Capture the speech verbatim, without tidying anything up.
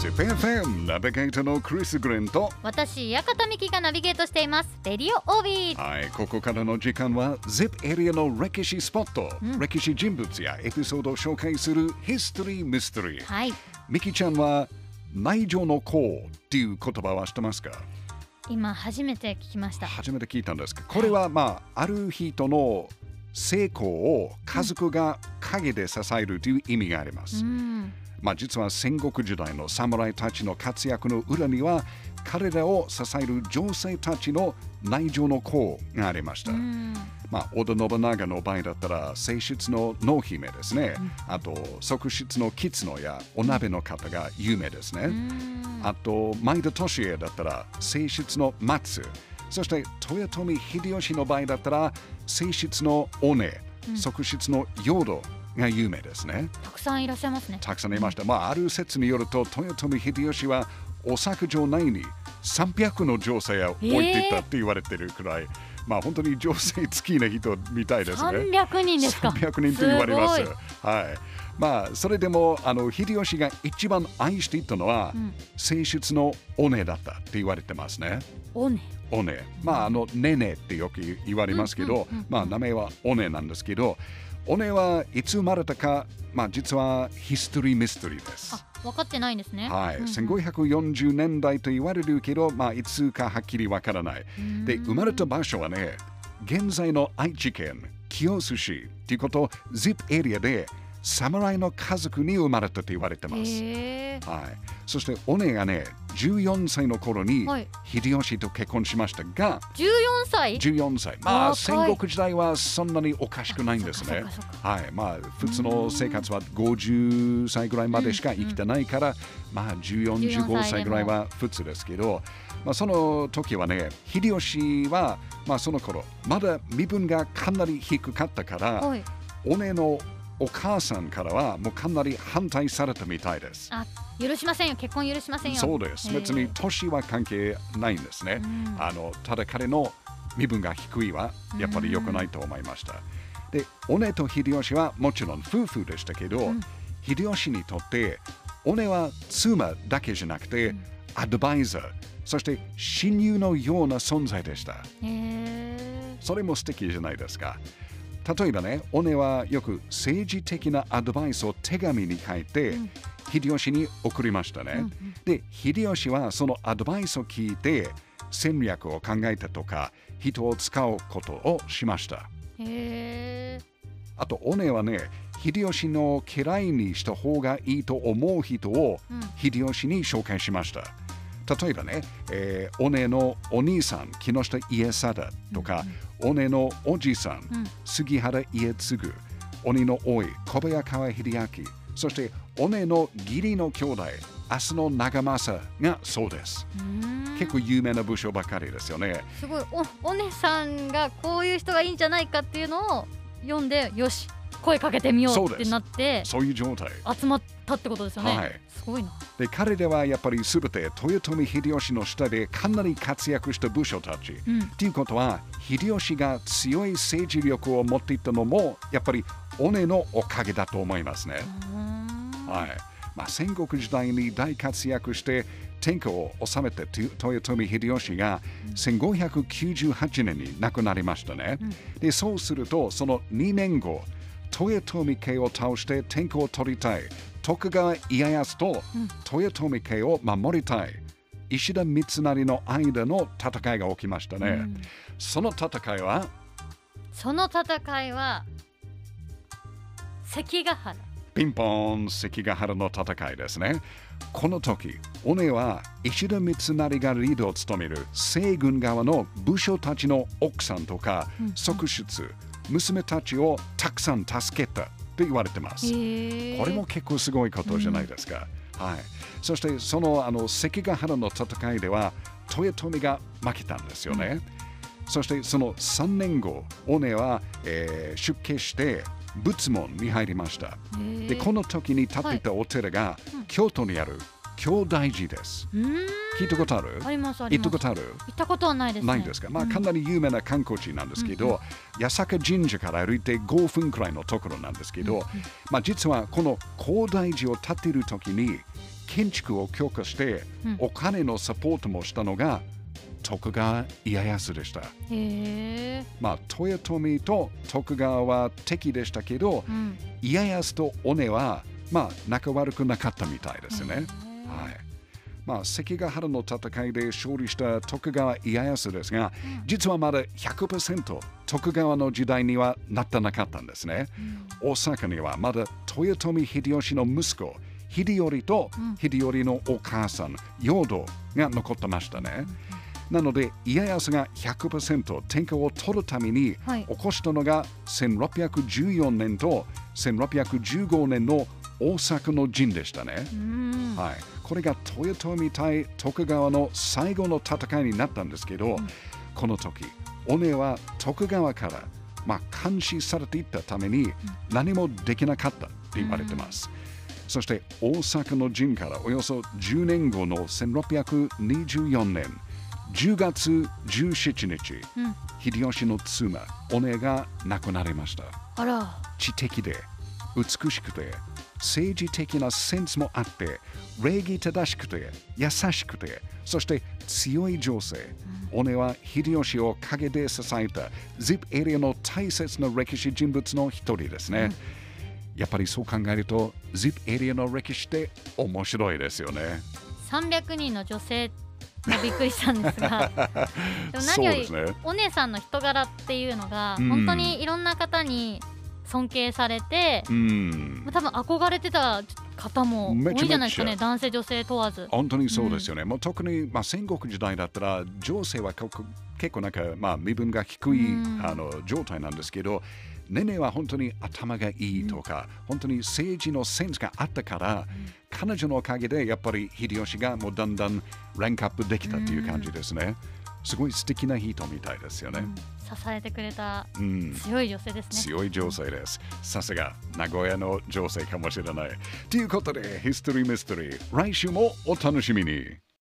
ジップ エフエム ナビゲーターのクリス・グレンと私、館美希がナビゲートしています。レディオオービー。 はい、ここからの時間は ジップ エリアの歴史スポット、うん、歴史人物やエピソードを紹介するヒストリー・ミステリー。 はい。 ミキちゃんは内情の功っていう言葉は知ってますか？ 今初めて聞きました。 初めて聞いたんですけど、これはまあ、ある人の成功を家族が陰で支えるという意味があります。うんまあ、実は戦国時代の侍たちの活躍の裏には彼らを支える女性たちの内情の功がありました。うんまあ、織田信長の場合だったら正室の濃姫ですね、うん、あと側室の吉野やお鍋の方が有名ですね。うんあと前田利家だったら正室の松、そして豊臣秀吉の場合だったら正室の尾根、うん、側室の淀が有名ですね。 たくさんいらっしゃいますね。 たくさんいました。まあ、ある説によると豊臣秀吉はお作城内にさんびゃくの女性を置いていたって言われてるくらい、えー、まあ本当に女性好きな人みたいですね。 さんびゃくにんですか？ さんびゃくにんと言われます。すはい。まあそれでもあの秀吉が一番愛していたのは、うん、正室の尾根だったって言われてますね。 尾根。 尾根。まああのねねってよく言われますけど、まあ名前は尾根なんですけど。尾根はいつ生まれたか、まあ、実はヒストリーミステリーです。 あ、分かってないんですね。 はい、うんうん、せんごひゃくよんじゅうねんだいと言われるけど、まあ、いつかはっきり分からない。で、生まれた場所はね、現在の愛知県清須市っていうこと、ジップエリアで侍の家族に生まれたと言われてます。へー。はい。そして尾根がね、じゅうよんさいの頃に秀吉と結婚しましたが、 じゅうよんさい ?じゅうよん歳。まあ戦国時代はそんなにおかしくないんですね。はい。まあ普通の生活はごじゅっさいぐらいまでしか生きてないから、うんうん、まあじゅうよん、じゅうごさいぐらいは普通ですけど、まあその時はね、秀吉はまあその頃まだ身分がかなり低かったから、尾根のお母さんからはもうかなり反対されたみたいです。 あ、許しませんよ、結婚許しませんよ。 そうです。別に年は関係ないんですね。あのただ彼の身分が低いはやっぱり良くないと思いました。で、尾根と秀吉はもちろん夫婦でしたけど、うん、秀吉にとって尾根は妻だけじゃなくて、うん、アドバイザー、そして親友のような存在でした。へー。それも素敵じゃないですか。例えばね、尾根はよく政治的なアドバイスを手紙に書いて、うん、秀吉に送りましたね。うんうん、で、秀吉はそのアドバイスを聞いて戦略を考えたとか、人を使うことをしました。へー。あと、尾根はね、秀吉の嫌いにした方がいいと思う人を秀吉に紹介しました。例えばね、えー、尾根のお兄さん、木下家貞とか、うんうん、尾根のおじさん、うん、杉原家継、鬼の多い小早川秀明、そして尾根の義理の兄弟、明日の長政がそうです。結構有名な武将ばかりですよね。 すごい、お、尾根さんがこういう人がいいんじゃないかっていうのを読んで、よし、声かけてみようってなって、 そういう状態集まったってことですよね。はい、すごいな。 で、彼らはやっぱりすべて豊臣秀吉の下でかなり活躍した武将たち。と、うん、いうことは、秀吉が強い政治力を持っていたのもやっぱり尾根のおかげだと思いますね。はい。まあ、戦国時代に大活躍して天下を治めた豊臣秀吉がせんごひゃくきゅうじゅうはちねんに亡くなりましたね。うん、で、そうするとそのにねんご、豊臣家を倒して天下を取りたい徳川家康と豊臣家を守りたい石田三成の間の戦いが起きましたね。うん、その戦いはその戦いは関ヶ原。 ピンポーン、関ヶ原の戦いですね。この時、尾根は石田三成がリードを務める西軍側の武将たちの奥さんとか、うん、側室、娘たちをたくさん助けたと言われてます。これも結構すごいことじゃないですか。うん、はい。そしてそのあの関ヶ原の戦いでは豊臣が負けたんですよね。うん、そしてそのさんねんご、尾根は、えー、出家して仏門に入りました。で、この時に建てたお寺が、はい、うん、京都にある京大寺です。聞いたことある？ あります、あります。 行ったことある？ 行ったことはないですね。 ないんですか。まあ、かなり有名な観光地なんですけど、うんうん、八坂神社から歩いてごふんくらいのところなんですけど、うんうん、まあ、実はこの京大寺を建てる時に建築を強化して、 うんお金のサポートもしたのが徳川家康でした。 へえ、 まあ、豊臣と徳川は敵でしたけど、 うん、 家康と尾根は、まあ、仲悪くなかったみたいですね。 へーはい。まあ、関ヶ原の戦いで勝利した徳川家康ですが、 うん実はまだ ひゃくパーセント 徳川の時代にはなってなかったんですね。大阪にはまだ豊臣秀吉の息子、秀頼とうん秀頼のお母さん、陽動が残ってましたね。なので、家康が ひゃくパーセント 天下を取るためにはい起こしたのがせんろっぴゃくじゅうよねんとせんろっぴゃくじゅうごねんの大阪の陣でしたね。 うんはい、これが豊臣対徳川の最後の戦いになったんですけど、この時、尾根は徳川から、まあ、監視されていったために何もできなかったって言われてます。そして大阪の陣からおよそじゅうねんごのせんろっぴゃくにじゅうよねんじゅうがつじゅうしちにち、 うん秀吉の妻、尾根が亡くなりました。 あら、 知的で美しくて政治的なセンスもあって礼儀正しくて優しくてそして強い女性、尾根は秀吉を陰で支えた ジップ エリアの大切な歴史人物の一人ですね、やっぱりそう考えると ジップ エリアの歴史って面白いですよね。 さんびゃくにんの女性がびっくりしたんですがでも何より、 そうですね。 お姉さんの人柄っていうのが、 うん本当にいろんな方に尊敬されて、 うん多分憧れてた方も多いんじゃないですかね。 めちゃめちゃ男性女性問わず。 本当にそうですよね。もう特に、まあ、戦国時代だったら女性は結構結構なんか、まあ、身分が低い、 うんあの状態なんですけど、ネネは本当に頭がいいとか、本当に政治のセンスがあったから、彼女のおかげでやっぱり秀吉がもうだんだんランクアップできたっていう感じですね。すごい素敵な人みたいですよね。 うん支えてくれたうん強い女性ですね。 強い女性です。さすが名古屋の女性かもしれない。ということで、ヒストリーミステリー、来週もお楽しみに。